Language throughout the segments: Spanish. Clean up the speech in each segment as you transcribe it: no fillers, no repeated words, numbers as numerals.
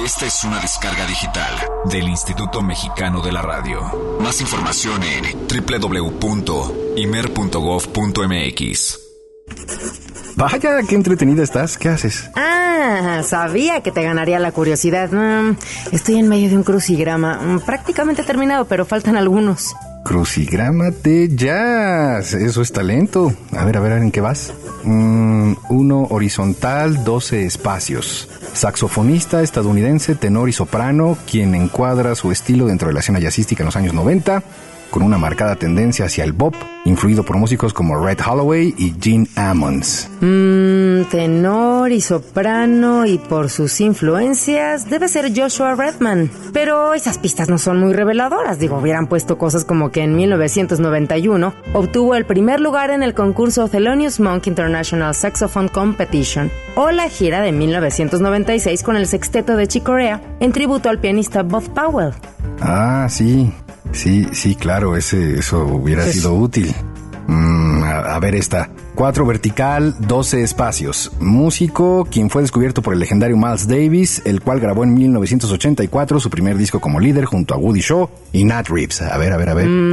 Esta es una descarga digital del Instituto Mexicano de la Radio. Más información en www.imer.gov.mx. Vaya, qué entretenida estás. ¿Qué haces? Sabía que te ganaría la curiosidad. Estoy en medio de un crucigrama. Prácticamente terminado, pero faltan algunos. Crucigrama de jazz. Eso es talento. A ver, ¿en qué vas? 1 horizontal, 12 espacios. Saxofonista estadounidense, tenor y soprano, quien encuadra su estilo dentro de la escena jazzística en los años 90, con una marcada tendencia hacia el bop, influido por músicos como Red Holloway y Gene Ammons. Tenor y soprano, y por sus influencias debe ser Joshua Redman. Pero esas pistas no son muy reveladoras. Hubieran puesto cosas como que en 1991 obtuvo el primer lugar en el concurso Thelonious Monk International Saxophone Competition, o la gira de 1996 con el sexteto de Chick Corea en tributo al pianista Bud Powell. Sí, claro, eso hubiera sido útil. A ver esta. 4 vertical, 12 espacios. Músico, quien fue descubierto por el legendario Miles Davis, el cual grabó en 1984 su primer disco como líder junto a Woody Shaw y Nat Reeves. A ver.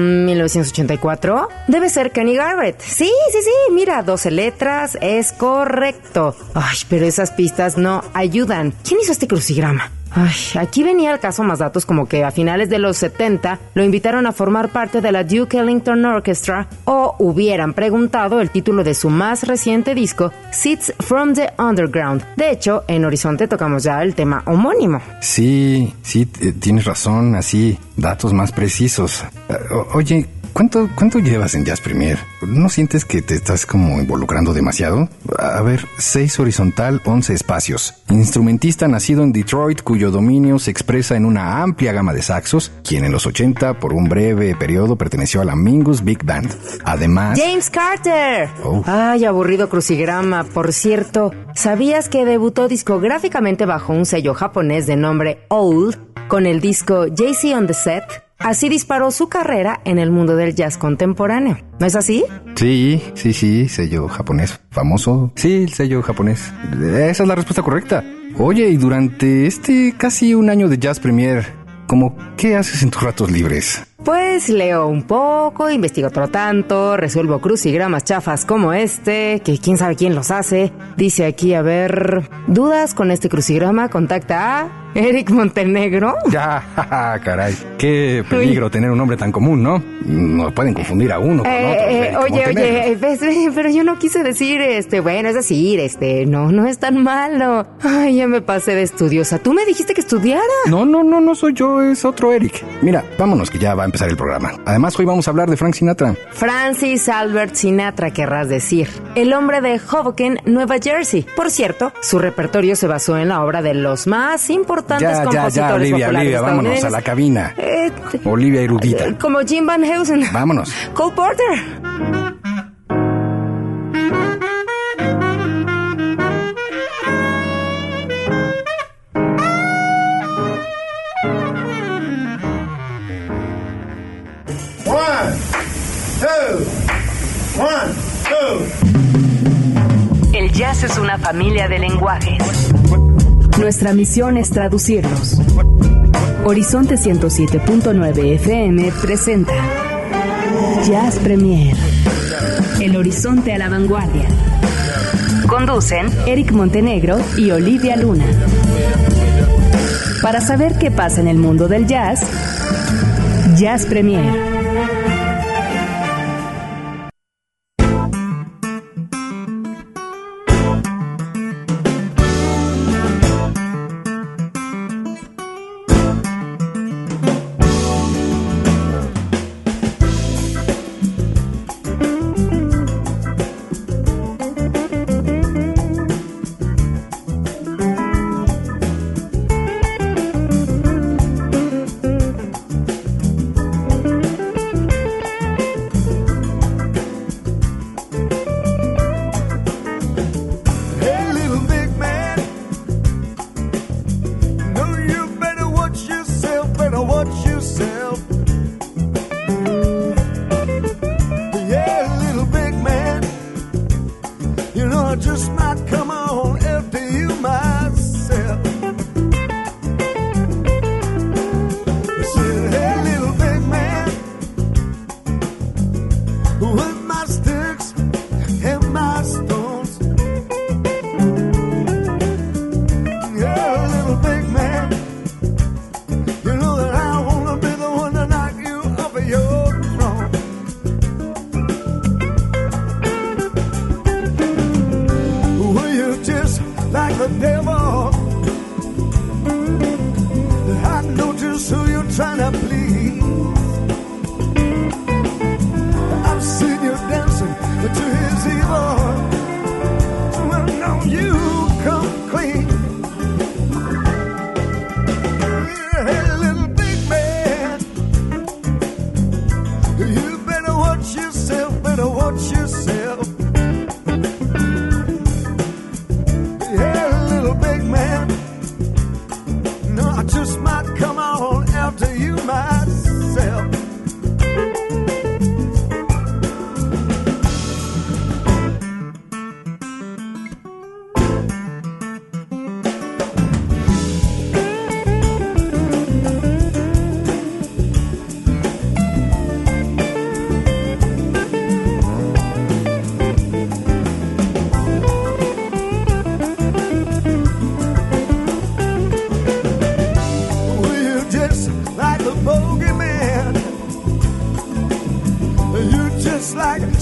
1984. Debe ser Kenny Garrett. Sí, mira, 12 letras, es correcto. Ay, pero esas pistas no ayudan. ¿Quién hizo este crucigrama? Aquí venía al caso más datos, como que a finales de los 70 lo invitaron a formar parte de la Duke Ellington Orchestra, o hubieran preguntado el título de su más reciente disco, Seeds from the Underground. De hecho, en Horizonte tocamos ya el tema homónimo. Sí, tienes razón, así, datos más precisos. Oye, ¿cuánto llevas en Jazz Premier? ¿No sientes que te estás como involucrando demasiado? A ver, 6 horizontal, 11 espacios. Instrumentista nacido en Detroit, cuyo dominio se expresa en una amplia gama de saxos, quien en los 80, por un breve periodo, perteneció a la Mingus Big Band. Además... ¡James Carter! Aburrido crucigrama. Por cierto, ¿sabías que debutó discográficamente bajo un sello japonés de nombre Old, con el disco Jay-Z on the Set? Así disparó su carrera en el mundo del jazz contemporáneo. ¿No es así? Sí, sello japonés famoso. Sí, el sello japonés. Esa es la respuesta correcta. Oye, y durante casi un año de Jazz Premier, ¿qué haces en tus ratos libres? Pues leo un poco, investigo otro tanto, resuelvo crucigramas chafas como que quién sabe quién los hace. Dice aquí, a ver, ¿dudas con este crucigrama? Contacta a Eric Montenegro. Ya, caray, qué peligro tener un nombre tan común, ¿no? Nos pueden confundir a uno con otro. Oye, pero yo no quise decir, bueno, es decir, no es tan malo. Ya me pasé de estudiosa. ¿Tú me dijiste que estudiara? No soy yo, es otro Eric. Mira, vámonos que ya va a empezar el programa. Además, hoy vamos a hablar de Frank Sinatra. Francis Albert Sinatra, querrás decir. El hombre de Hoboken, Nueva Jersey. Por cierto, su repertorio se basó en la obra de los más importantes compositores Olivia, vámonos a la cabina. Olivia erudita. Como Jim Van Heusen. Vámonos. Cole Porter. El jazz es una familia de lenguajes. Nuestra misión es traducirlos. Horizonte 107.9 FM presenta Jazz Premier. El horizonte a la vanguardia. Conducen Eric Montenegro y Olivia Luna. Para saber qué pasa en el mundo del jazz, Jazz Premier.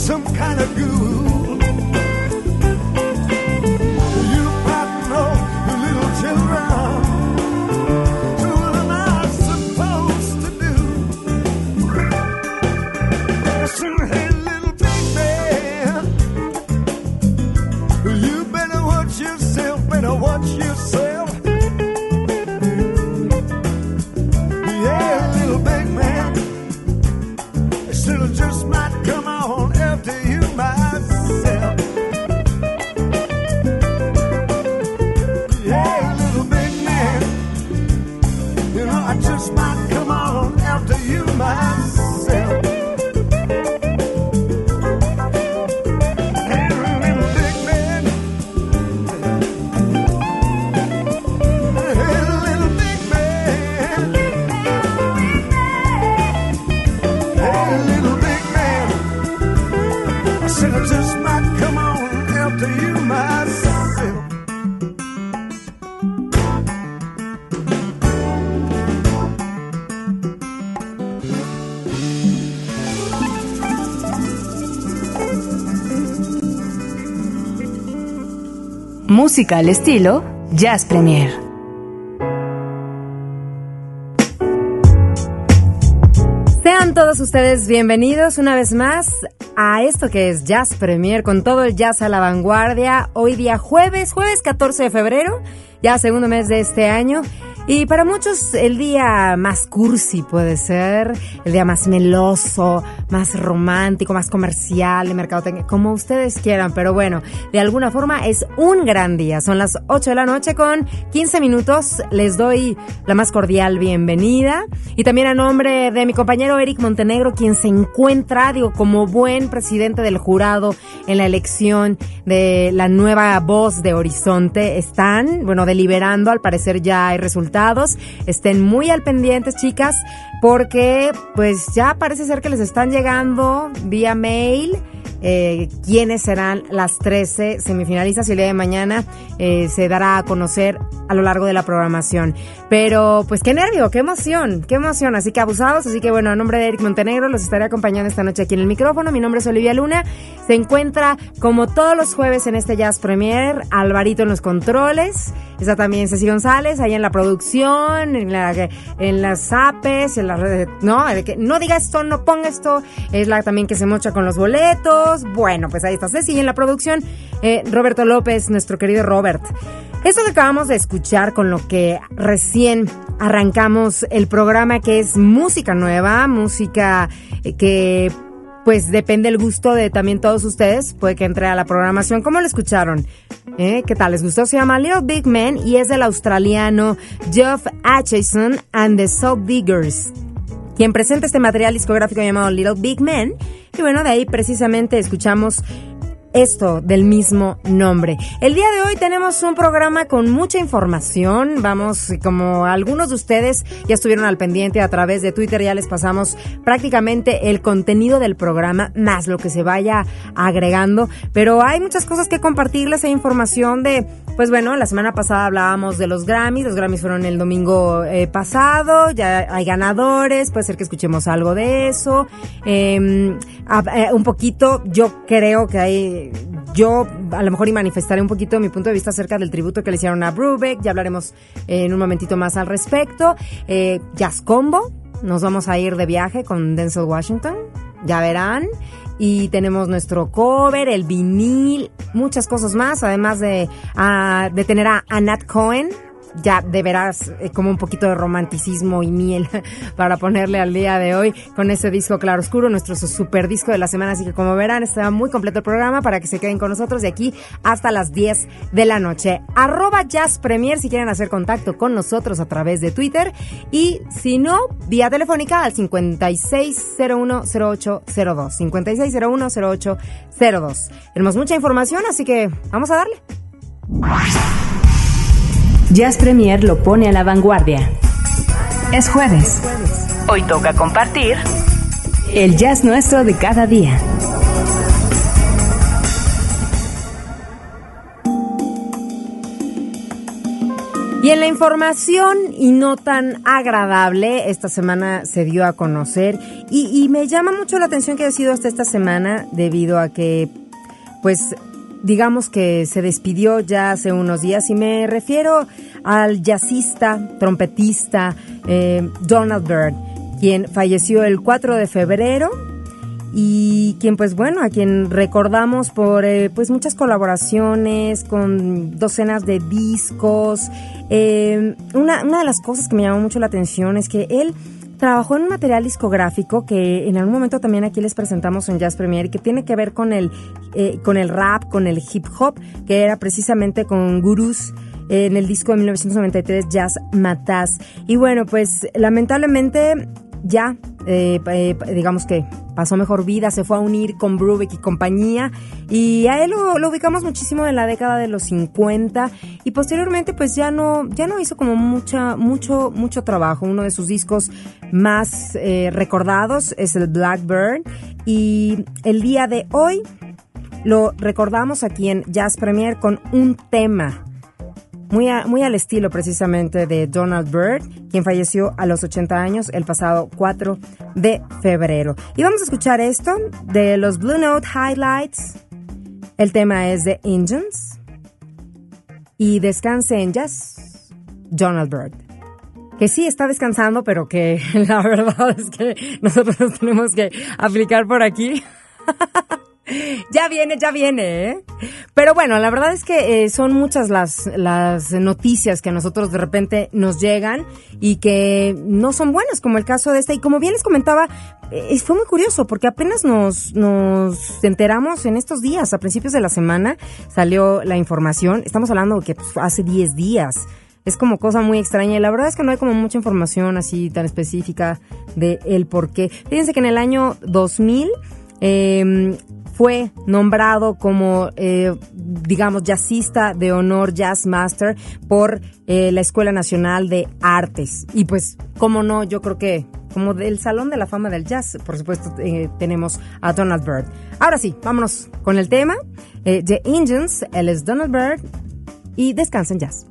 some kind of groove. You might know the little children. So what am I supposed to do? Listen, hey, little big man, you better watch yourself, better watch yourself. Yeah, little big man, still just might come on after you myself. Yeah, little big man, you know I just might come on after you myself. Hey, little big man, hey, little big man, hey, little big man, I said I just might come on after you myself. Música al estilo Jazz Premier. Sean todos ustedes bienvenidos una vez más a esto que es Jazz Premier, con todo el jazz a la vanguardia. Hoy día jueves 14 de febrero, ya segundo mes de este año. Y para muchos el día más cursi puede ser, el día más meloso, más romántico, más comercial, de mercadotecnia, como ustedes quieran. Pero bueno, de alguna forma es un gran día. Son las 8 de la noche con 15 minutos. Les doy la más cordial bienvenida. Y también a nombre de mi compañero Eric Montenegro, quien se encuentra, como buen presidente del jurado en la elección de la nueva voz de Horizonte. Están, deliberando, al parecer ya hay resultados. Estén muy al pendientes, chicas, porque pues ya parece ser que les están llegando vía mail quiénes serán las 13 semifinalistas, y el día de mañana se dará a conocer a lo largo de la programación. Pero pues qué nervio, qué emoción, así que abusados. Así que bueno, a nombre de Eric Montenegro los estaré acompañando esta noche aquí en el micrófono. Mi nombre es Olivia Luna. Se encuentra como todos los jueves en este Jazz Premier Alvarito en los controles. Está también Ceci González ahí en la producción, en las apes, en las redes, no diga esto, no ponga esto. Es la también que se mocha con los boletos. Bueno, pues ahí está Ceci, y en la producción Roberto López, nuestro querido Robert. Esto que acabamos de escuchar, con lo que recién arrancamos el programa, que es música nueva, música que pues depende del gusto de también todos ustedes, puede que entre a la programación. ¿Cómo lo escucharon? ¿Qué tal? ¿Les gustó? Se llama Little Big Man y es del australiano Geoff Acheson and the Soul Diggers, quien presenta este material discográfico llamado Little Big Man. Y bueno, de ahí precisamente escuchamos esto del mismo nombre. El día de hoy tenemos un programa con mucha información. Vamos, como algunos de ustedes ya estuvieron al pendiente a través de Twitter, ya les pasamos prácticamente el contenido del programa, más lo que se vaya agregando. Pero hay muchas cosas que compartirles, hay información de, pues bueno, la semana pasada hablábamos de los Grammys. Los Grammys fueron el domingo pasado, ya hay ganadores, puede ser que escuchemos algo de eso. Un poquito, yo creo que yo a lo mejor manifestaré un poquito mi punto de vista acerca del tributo que le hicieron a Brubeck. Ya hablaremos en un momentito más al respecto. Jazz Combo, nos vamos a ir de viaje con Denzel Washington, ya verán. Y tenemos nuestro cover, el vinil, muchas cosas más, además de tener a Nat Cohen. Ya de veras como un poquito de romanticismo y miel para ponerle al día de hoy con ese disco Claroscuro, nuestro super disco de la semana. Así que como verán, está muy completo el programa para que se queden con nosotros de aquí hasta las 10 de la noche. @JazzPremier si quieren hacer contacto con nosotros a través de Twitter, y si no, vía telefónica al 56010802 56010802. Tenemos mucha información, así que vamos a darle. Jazz Premier lo pone a la vanguardia. Es jueves. Hoy toca compartir el jazz nuestro de cada día. Y en la información y no tan agradable, esta semana se dio a conocer y me llama mucho la atención que haya sido hasta esta semana debido a que, pues, digamos que se despidió ya hace unos días y me refiero al jazzista, trompetista Donald Byrd, quien falleció el 4 de febrero. Y quien, pues bueno, a quien recordamos por pues muchas colaboraciones con docenas de discos. Una de las cosas que me llamó mucho la atención es que él trabajó en un material discográfico que en algún momento también aquí les presentamos en Jazz Premier y que tiene que ver con el rap, con el hip hop, que era precisamente con Gurús en el disco de 1993 Jazz Mataz. Y bueno, pues lamentablemente ya digamos que pasó mejor vida, se fue a unir con Brubeck y compañía, y a él lo ubicamos muchísimo en la década de los 50 y posteriormente pues ya no hizo como mucho trabajo. Uno de sus discos más recordados es el Blackbird, y el día de hoy lo recordamos aquí en Jazz Premier con un tema muy al estilo precisamente de Donald Byrd, quien falleció a los 80 años el pasado 4 de febrero. Y vamos a escuchar esto de los Blue Note Highlights. El tema es de Engines. Y descanse en jazz, Donald Byrd. Que sí está descansando, pero que la verdad es que nosotros nos tenemos que aplicar por aquí. Ya viene, ¿eh? Pero bueno, la verdad es que son muchas las noticias que a nosotros de repente nos llegan y que no son buenas, como el caso de esta. Y como bien les comentaba, fue muy curioso porque apenas nos enteramos en estos días, a principios de la semana, salió la información. Estamos hablando que pues, hace 10 días. Es como cosa muy extraña y la verdad es que no hay como mucha información así tan específica de el por qué. Fíjense que en el año 2000... fue nombrado como, digamos, jazzista de honor, Jazz Master, por la Escuela Nacional de Artes. Y pues, cómo no, yo creo que como del Salón de la Fama del Jazz, por supuesto, tenemos a Donald Byrd. Ahora sí, vámonos con el tema de Engines. Él es Donald Byrd y descansa en jazz.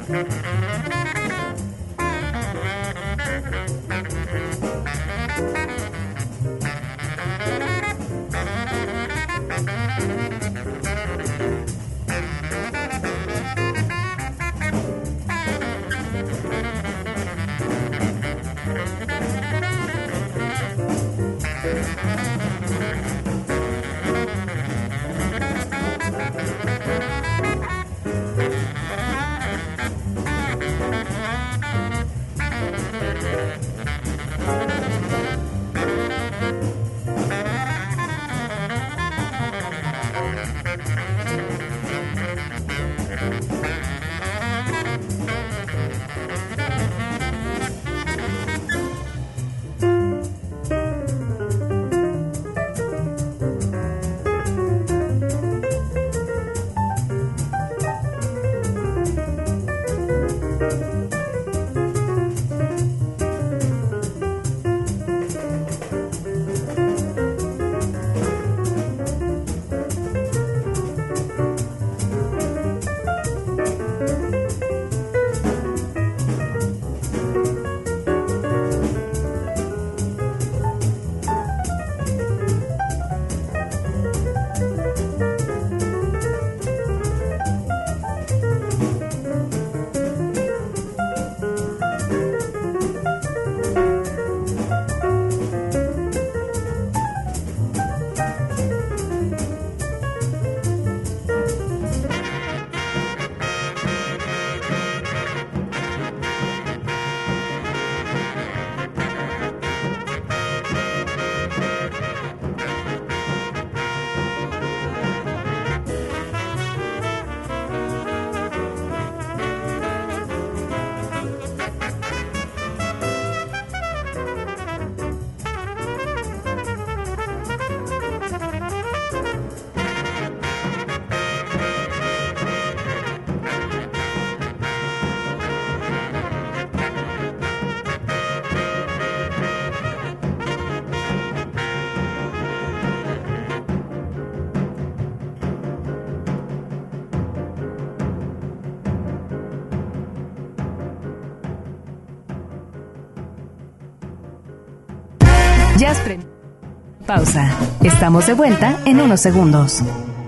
Jazz Premier. Pausa. Estamos de vuelta en unos segundos.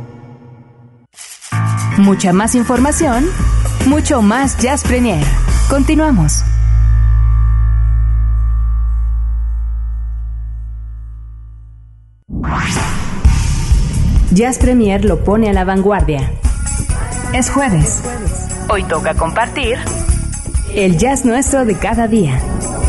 Mucha más información, mucho más Jazz Premier. Continuamos. Jazz Premier lo pone a la vanguardia. Es jueves. Hoy toca compartir el jazz nuestro de cada día.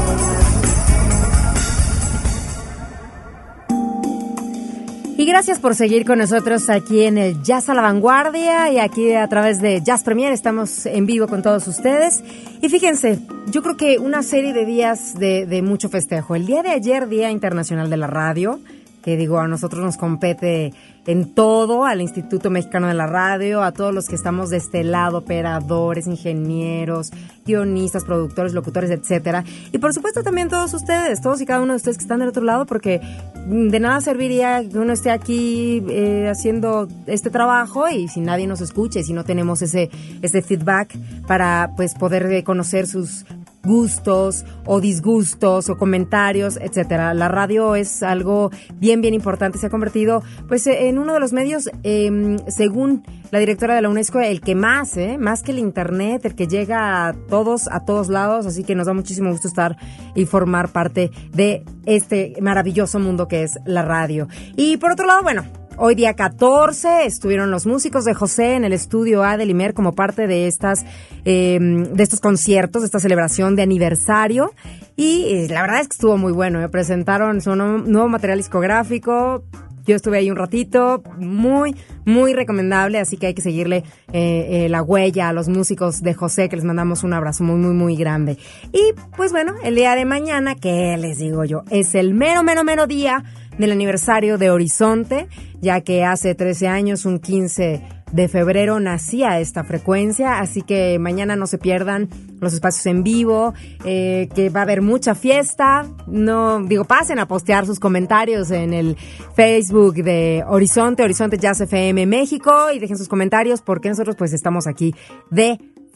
Y gracias por seguir con nosotros aquí en el Jazz a la Vanguardia y aquí a través de Jazz Premier estamos en vivo con todos ustedes. Y fíjense, yo creo que una serie de días de mucho festejo. El día de ayer, Día Internacional de la Radio, que digo, a nosotros nos compete en todo, al Instituto Mexicano de la Radio, a todos los que estamos de este lado, operadores, ingenieros, guionistas, productores, locutores, etcétera. Y por supuesto también todos ustedes, todos y cada uno de ustedes que están del otro lado, porque de nada serviría que uno esté aquí haciendo este trabajo y si nadie nos escuche, si no tenemos ese feedback para pues poder conocer sus gustos o disgustos o comentarios, etcétera. La radio es algo bien importante, se ha convertido pues en uno de los medios, según la directora de la UNESCO, el que más que el internet, el que llega a todos lados, así que nos da muchísimo gusto estar y formar parte de este maravilloso mundo que es la radio. Y por otro lado, bueno, hoy día 14 estuvieron los músicos de José en el estudio A del IMER como parte de de estos conciertos, de esta celebración de aniversario. Y la verdad es que estuvo muy bueno. Presentaron su nuevo material discográfico. Yo estuve ahí un ratito, muy recomendable, así que hay que seguirle la huella a los músicos de José, que les mandamos un abrazo muy grande. Y pues bueno, el día de mañana, ¿qué les digo yo? Es el mero día del aniversario de Horizonte, ya que hace 13 años, un 15 de febrero, nacía esta frecuencia, así que mañana no se pierdan los espacios en vivo, que va a haber mucha fiesta. Pasen a postear sus comentarios en el Facebook de Horizonte Jazz FM México, y dejen sus comentarios porque nosotros pues estamos aquí de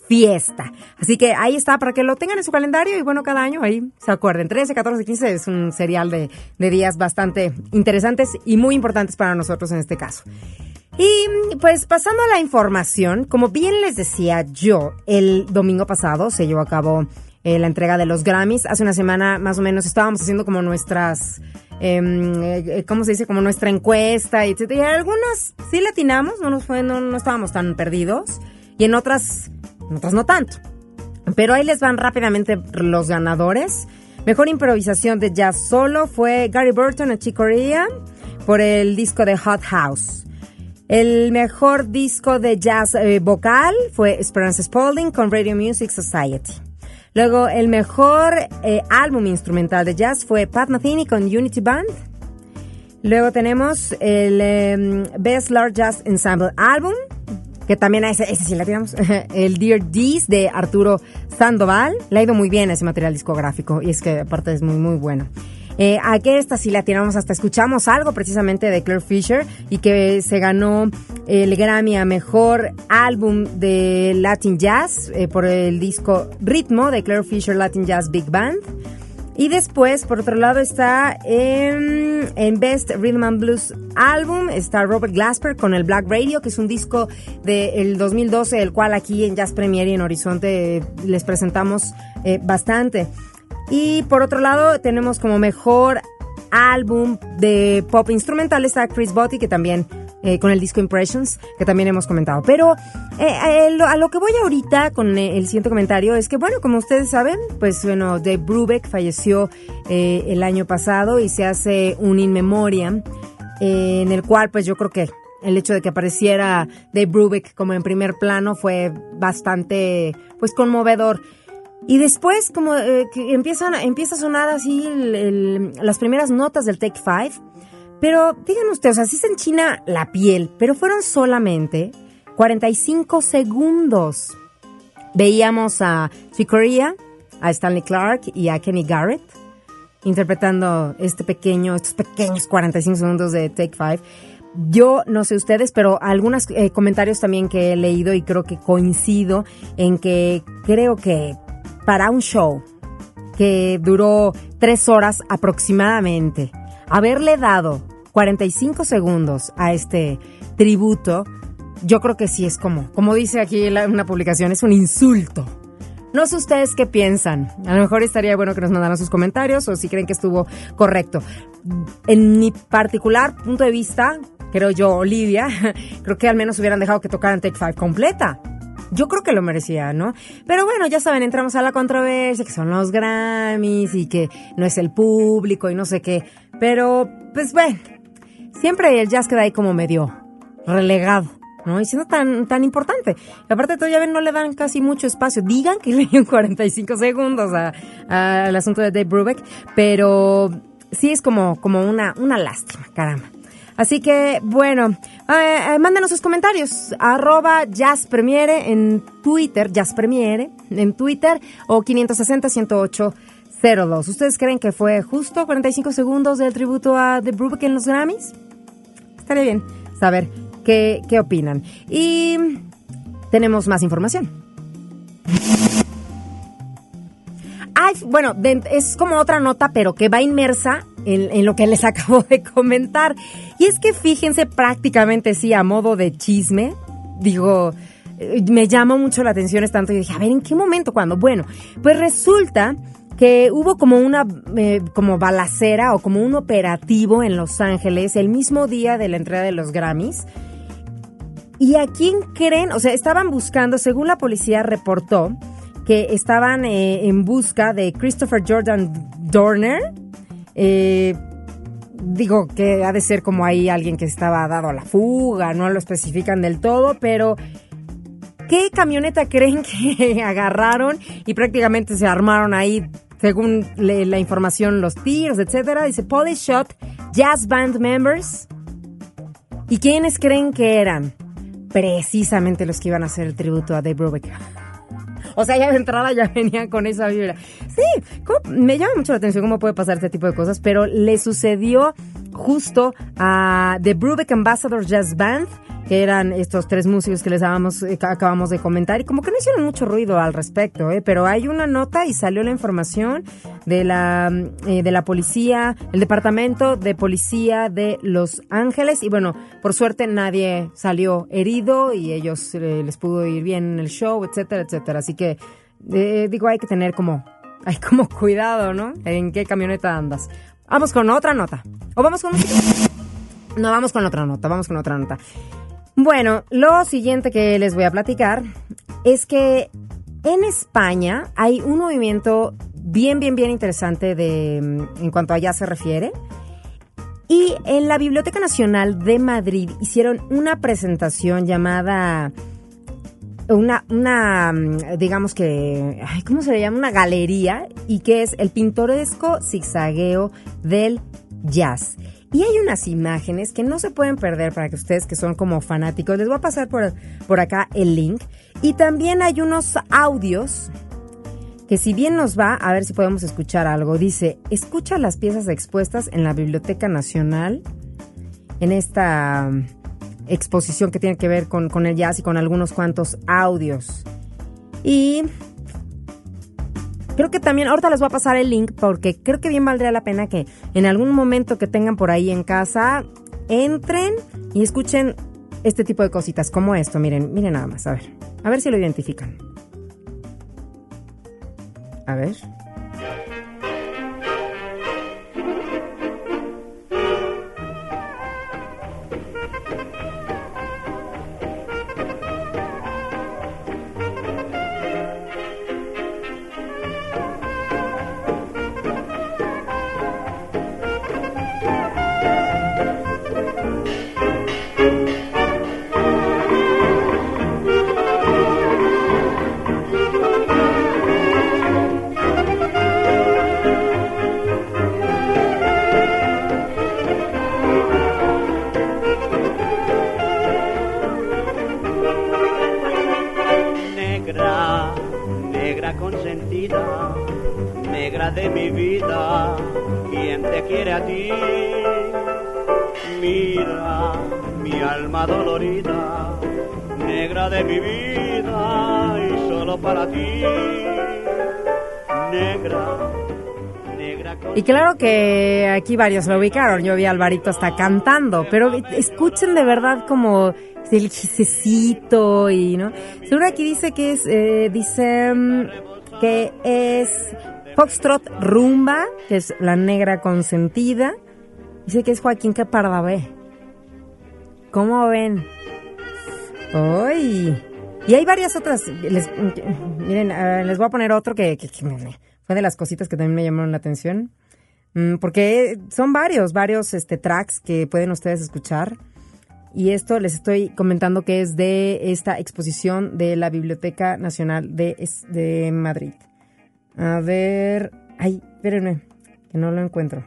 fiesta. Así que ahí está, para que lo tengan en su calendario y bueno, cada año ahí se acuerden. 13, 14, 15 es un serial de días bastante interesantes y muy importantes para nosotros en este caso. Y pues pasando a la información, como bien les decía yo, el domingo pasado se llevó a cabo la entrega de los Grammys. Hace una semana más o menos estábamos haciendo como nuestras, ¿cómo se dice? Como nuestra encuesta, etcétera. Y algunas sí le atinamos, no estábamos tan perdidos. Y en otras no tanto. Pero ahí les van rápidamente los ganadores. Mejor improvisación de jazz solo fue Gary Burton and Chick Corea por el disco de Hot House. El mejor disco de jazz vocal fue Esperanza Spalding con Radio Music Society. Luego, el mejor álbum instrumental de jazz fue Pat Metheny con Unity Band. Luego tenemos el Best Large Jazz Ensemble Album, que también a ese sí la tiramos. El Dear Dees de Arturo Sandoval. Le ha ido muy bien ese material discográfico y es que aparte es muy, muy bueno. A que esta sí la tiramos, hasta escuchamos algo precisamente de Clare Fisher y que se ganó el Grammy a Mejor Álbum de Latin Jazz por el disco Ritmo de Clare Fisher Latin Jazz Big Band. Y después, por otro lado, está en Best Rhythm and Blues Album, está Robert Glasper con el Black Radio, que es un disco del 2012, el cual aquí en Jazz Premier y en Horizonte les presentamos bastante. Y por otro lado, tenemos como mejor álbum de pop instrumental está Chris Botti, que también con el disco Impressions, que también hemos comentado. Pero a lo que voy ahorita con el siguiente comentario es que, bueno, como ustedes saben, pues bueno, Dave Brubeck falleció el año pasado y se hace un in memoriam en el cual pues yo creo que el hecho de que apareciera Dave Brubeck como en primer plano fue bastante pues conmovedor. Y después como que empieza a sonar así las primeras notas del Take Five. Pero díganme ustedes, así se enchina la piel, pero fueron solamente 45 segundos. Veíamos a Chick Corea, a Stanley Clarke y a Kenny Garrett interpretando estos pequeños 45 segundos de Take Five. Yo no sé ustedes, pero algunos comentarios también que he leído y creo que coincido en que creo que para un show que duró 3 horas aproximadamente, haberle dado 45 segundos a este tributo, yo creo que sí es como dice aquí una publicación, es un insulto. No sé ustedes qué piensan. A lo mejor estaría bueno que nos mandaran sus comentarios o si creen que estuvo correcto. En mi particular punto de vista, creo yo, Olivia, creo que al menos hubieran dejado que tocaran Take Five completa. Yo creo que lo merecía, ¿no? Pero bueno, ya saben, entramos a la controversia, que son los Grammys y que no es el público y no sé qué. Pero, pues bueno, siempre el jazz queda ahí como medio relegado, ¿no? Y siendo tan importante. Y aparte, todavía ven, no le dan casi mucho espacio. Digan que le dieron 45 segundos al asunto de Dave Brubeck, pero sí es como una lástima, caramba. Así que, bueno, mándenos sus comentarios, @JazzPremiere en Twitter, JazzPremiere en Twitter, o 560-108-02. ¿Ustedes creen que fue justo 45 segundos del tributo a The Brubeck en los Grammys? Estaría bien saber qué opinan. Y tenemos más información. Bueno, es como otra nota, pero que va inmersa en lo que les acabo de comentar. Y es que fíjense, prácticamente sí, a modo de chisme, digo, me llamó mucho la atención esta nota y dije, a ver, ¿en qué momento? ¿Cuándo? Bueno, pues resulta que hubo como una como balacera o como un operativo en Los Ángeles el mismo día de la entrega de los Grammys. ¿Y a quién creen? O sea, estaban buscando, según la policía reportó, que estaban en busca de Christopher Jordan Dorner. Digo que ha de ser como ahí alguien que estaba dado a la fuga, no lo especifican del todo, pero ¿qué camioneta creen que agarraron? Y prácticamente se armaron ahí, según la información, los tiros, etcétera. Dice, Police shot jazz band members. ¿Y quiénes creen que eran? Precisamente los que iban a hacer el tributo a Dave Brubeck. O sea, ya de entrada ya venían con esa vibra. Sí, me llama mucho la atención cómo puede pasar este tipo de cosas, pero le sucedió justo a The Brubeck Ambassador Jazz Band que eran estos 3 músicos que les acabamos de comentar, y como que no hicieron mucho ruido al respecto, pero hay una nota y salió la información de la policía, el departamento de policía de Los Ángeles, y bueno, por suerte nadie salió herido y ellos les pudo ir bien en el show, etcétera, etcétera. Así que digo, hay que tener como cuidado, ¿no? En qué camioneta andas. Vamos con otra nota. ¿O vamos con No, vamos con otra nota. Bueno, lo siguiente que les voy a platicar es que en España hay un movimiento bien interesante en cuanto a allá se refiere. Y en la Biblioteca Nacional de Madrid hicieron una presentación llamada digamos que, ¿cómo se le llama? Una galería, y que es el pintoresco zigzagueo del jazz. Y hay unas imágenes que no se pueden perder para que ustedes que son como fanáticos, les voy a pasar por acá el link. Y también hay unos audios que si bien nos va, a ver si podemos escuchar algo. Dice, escucha las piezas expuestas en la Biblioteca Nacional en esta exposición que tiene que ver con el jazz y con algunos cuantos audios. Y creo que también, ahorita les voy a pasar el link porque creo que bien valdría la pena que en algún momento que tengan por ahí en casa, entren y escuchen este tipo de cositas como esto. Miren nada más, a ver si lo identifican. A ver. Negra consentida, negra de mi vida, ¿quién te quiere a ti? Mira mi alma dolorida, negra de mi vida y solo para ti, negra. Y claro que aquí varios lo ubicaron, yo vi a Alvarito hasta cantando, pero escuchen de verdad como el gisecito y, ¿no? Seguro aquí dice que es Foxtrot Rumba, que es la negra consentida. Dice que es Joaquín Pardavé. ¿Cómo ven? ¡Ay! Y hay varias otras. Miren, les voy a poner otro que fue de las cositas que también me llamaron la atención. Porque son varios tracks que pueden ustedes escuchar. Y esto les estoy comentando que es de esta exposición de la Biblioteca Nacional de Madrid. A ver... Ay, espérenme, que no lo encuentro.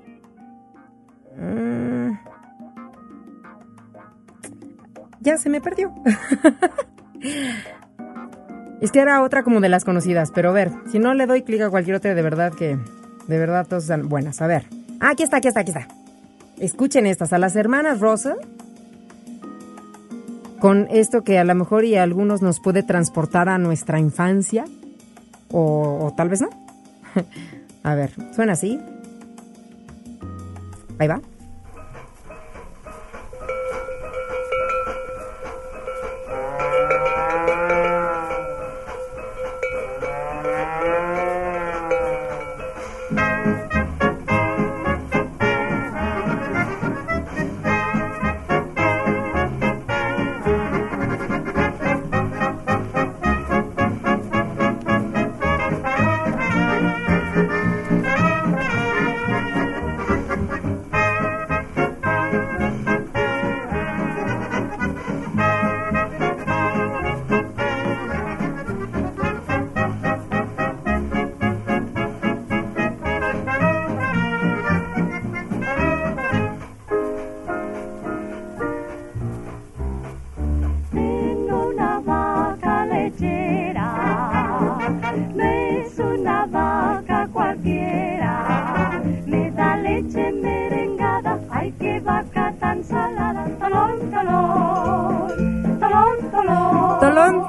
Ya se me perdió. Es que era otra como de las conocidas, pero a ver, si no le doy clic a cualquier otra, de verdad todas están buenas. A ver. Aquí está. Escuchen estas, a las hermanas Russell, con esto que a lo mejor y a algunos nos puede transportar a nuestra infancia, o tal vez no. A ver, suena así. Ahí va. Leche merengada, ay, qué vaca tan salada, tolón, tolón.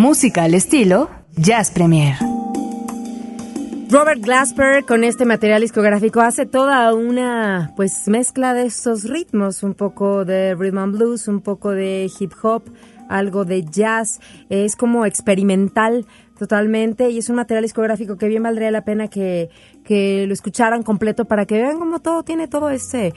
Música al estilo Jazz Premier. Robert Glasper con este material discográfico hace toda una pues mezcla de estos ritmos, un poco de rhythm and blues, un poco de hip hop, algo de jazz, es como experimental totalmente y es un material discográfico que bien valdría la pena que lo escucharan completo para que vean cómo todo tiene todo ese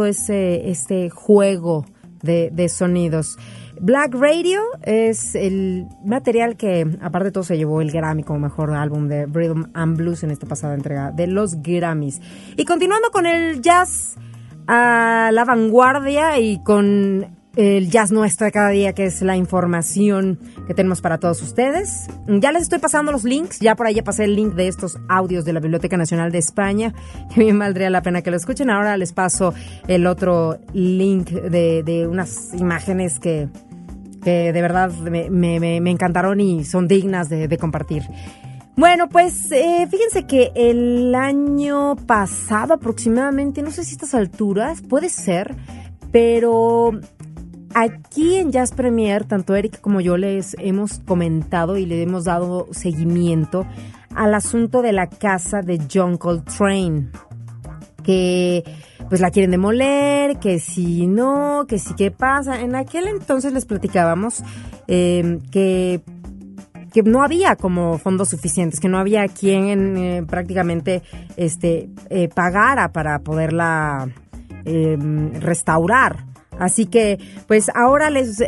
juego de sonidos. Black Radio es el material que, aparte de todo, se llevó el Grammy como mejor álbum de Rhythm and Blues en esta pasada entrega de los Grammys. Y continuando con el jazz a la vanguardia y con el jazz nuestra cada día, que es la información que tenemos para todos ustedes. Ya les estoy pasando los links, ya por ahí ya pasé el link de estos audios de la Biblioteca Nacional de España, que bien valdría la pena que lo escuchen. Ahora les paso el otro link de unas imágenes que de verdad me encantaron y son dignas de compartir. Bueno, pues fíjense que el año pasado aproximadamente, no sé si a estas alturas, puede ser, pero aquí en Jazz Premier, tanto Eric como yo les hemos comentado y le hemos dado seguimiento al asunto de la casa de John Coltrane, que pues la quieren demoler, que si no, que si qué pasa. En aquel entonces les platicábamos que no había como fondos suficientes, que no había quien prácticamente pagara para poderla restaurar. Así que, pues ahora les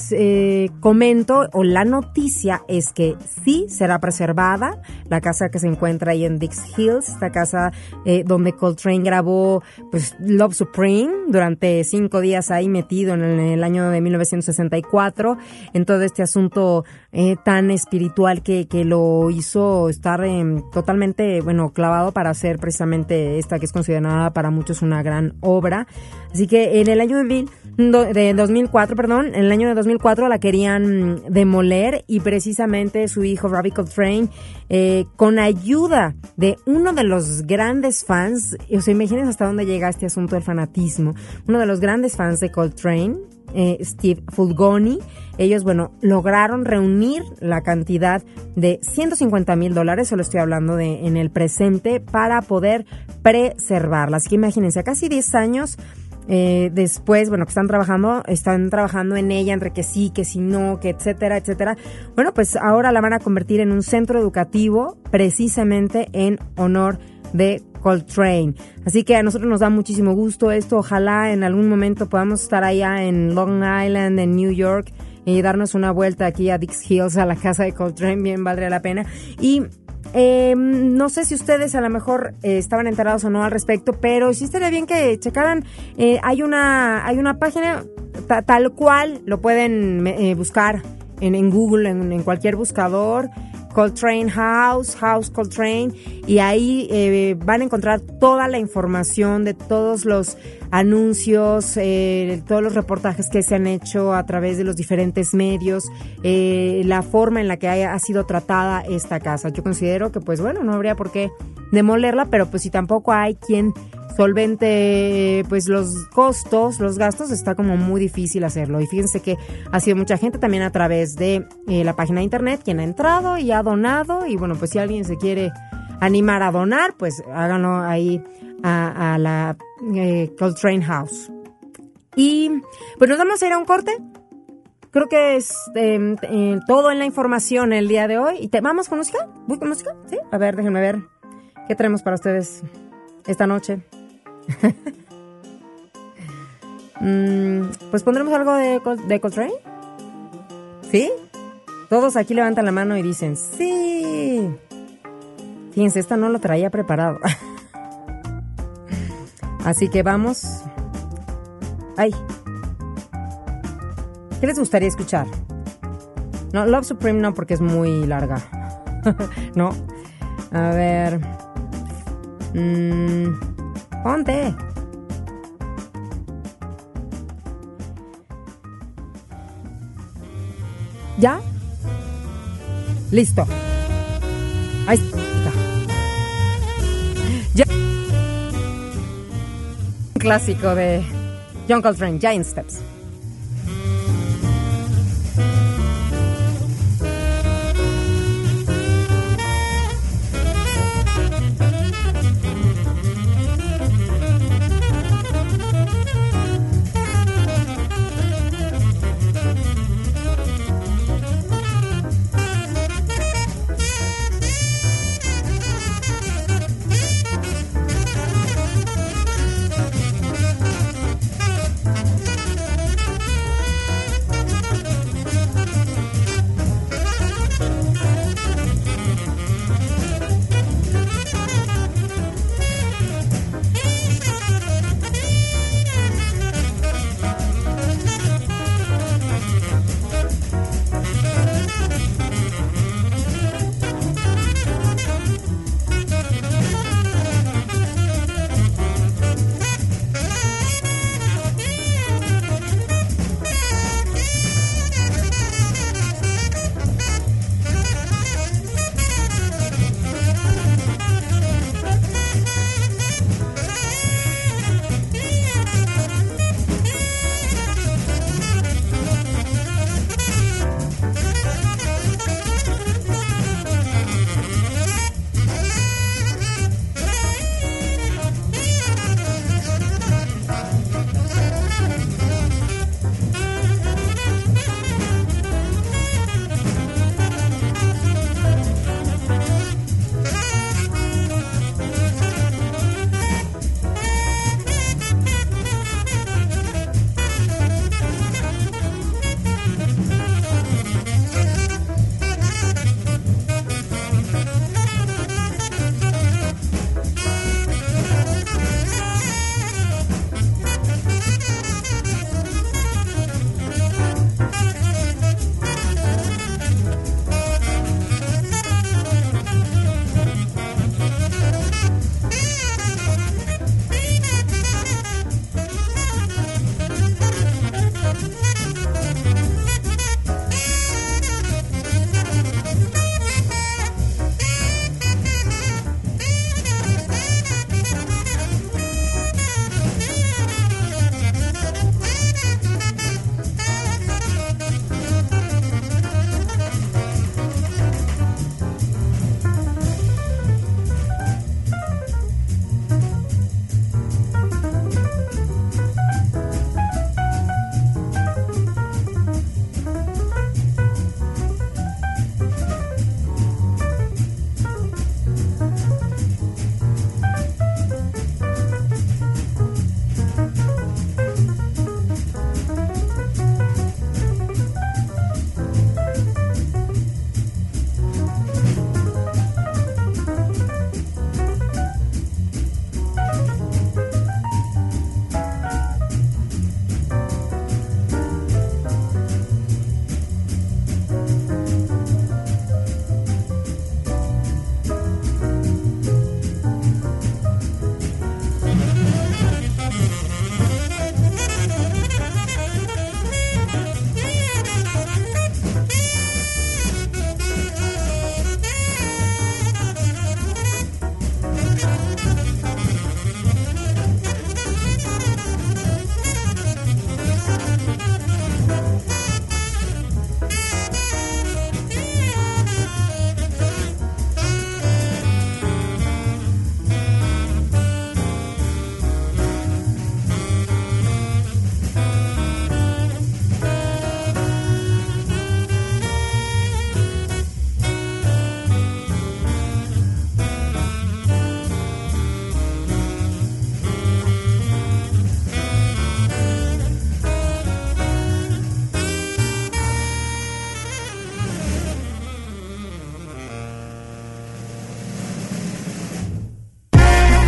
comento, o la noticia es que sí será preservada la casa que se encuentra ahí en Dix Hills, esta casa donde Coltrane grabó pues Love Supreme durante 5 días ahí metido en el año de 1964, en todo este asunto tan espiritual que lo hizo estar totalmente, clavado para hacer precisamente esta que es considerada para muchos una gran obra. Así que en el año en el año de 2004 la querían demoler y precisamente su hijo Robbie Coltrane, con ayuda de uno de los grandes fans, o sea, imagínense hasta dónde llega este asunto del fanatismo, uno de los grandes fans de Coltrane, Steve Fulgoni, ellos, lograron reunir la cantidad de $150,000, se lo estoy hablando en el presente, para poder preservarla. Así que imagínense, a casi 10 años después, que están trabajando en ella, entre que sí, que si no, que etcétera, etcétera. Bueno, pues ahora la van a convertir en un centro educativo precisamente en honor de Coltrane. Así que a nosotros nos da muchísimo gusto esto. Ojalá en algún momento podamos estar allá en Long Island, en New York, y darnos una vuelta aquí a Dix Hills, a la casa de Coltrane, bien valdría la pena. Y no sé si ustedes a lo mejor estaban enterados o no al respecto, pero sí estaría bien que checaran. Hay una página tal cual, lo pueden buscar en Google, en cualquier buscador, Coltrane House Coltrane, y ahí van a encontrar toda la información de todos los anuncios, todos los reportajes que se han hecho a través de los diferentes medios, la forma en la que ha sido tratada esta casa. Yo considero que no habría por qué demolerla, pero pues si tampoco hay quien solvente pues los costos, los gastos, está como muy difícil hacerlo. Y fíjense que ha sido mucha gente también a través de la página de internet quien ha entrado y ha donado, y pues si alguien se quiere animar a donar, pues háganlo ahí a la Coltrane House. Y pues nos vamos a ir a un corte. Creo que es todo en la información el día de hoy. ¿Y vamos con música? ¿Voy con música? Sí. A ver, déjenme ver qué traemos para ustedes esta noche. Pues pondremos algo de Coltrane. ¿Sí? Todos aquí levantan la mano y dicen sí. Fíjense, esta no lo traía preparado. Así que vamos. Ay, ¿qué les gustaría escuchar? No, Love Supreme no, porque es muy larga. No. A ver. Ponte. ¿Ya? Listo. Ahí está. Ya. Un clásico de John Coltrane, Giant Steps.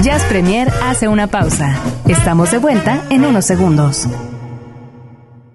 Jazz Premier hace una pausa. Estamos de vuelta en unos segundos.